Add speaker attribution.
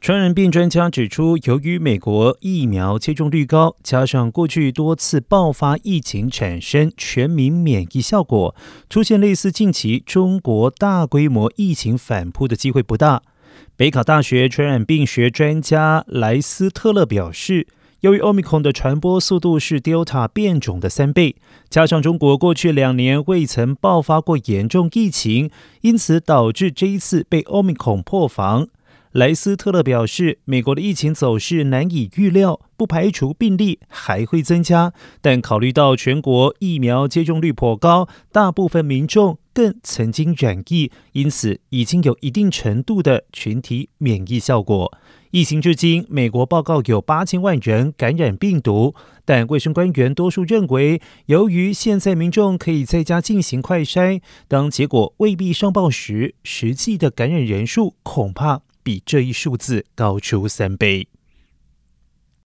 Speaker 1: 传染病专家指出，由于美国疫苗接种率高，加上过去多次爆发疫情产生全民免疫效果，出现类似近期中国大规模疫情反扑的机会不大。北卡大学传染病学专家莱斯特勒表示，由于 Omicron 的传播速度是 Delta 变种的3倍，加上中国过去2年未曾爆发过严重疫情，因此导致这一次被 Omicron 破防。莱斯特勒表示，美国的疫情走势难以预料，不排除病例还会增加，但考虑到全国疫苗接种率颇高，大部分民众更曾经染疫，因此已经有一定程度的群体免疫效果。疫情至今，美国报告有8000万人感染病毒，但卫生官员多数认为，由于现在民众可以在家进行快筛，当结果未必上报时，实际的感染人数恐怕比这一数字高出3倍。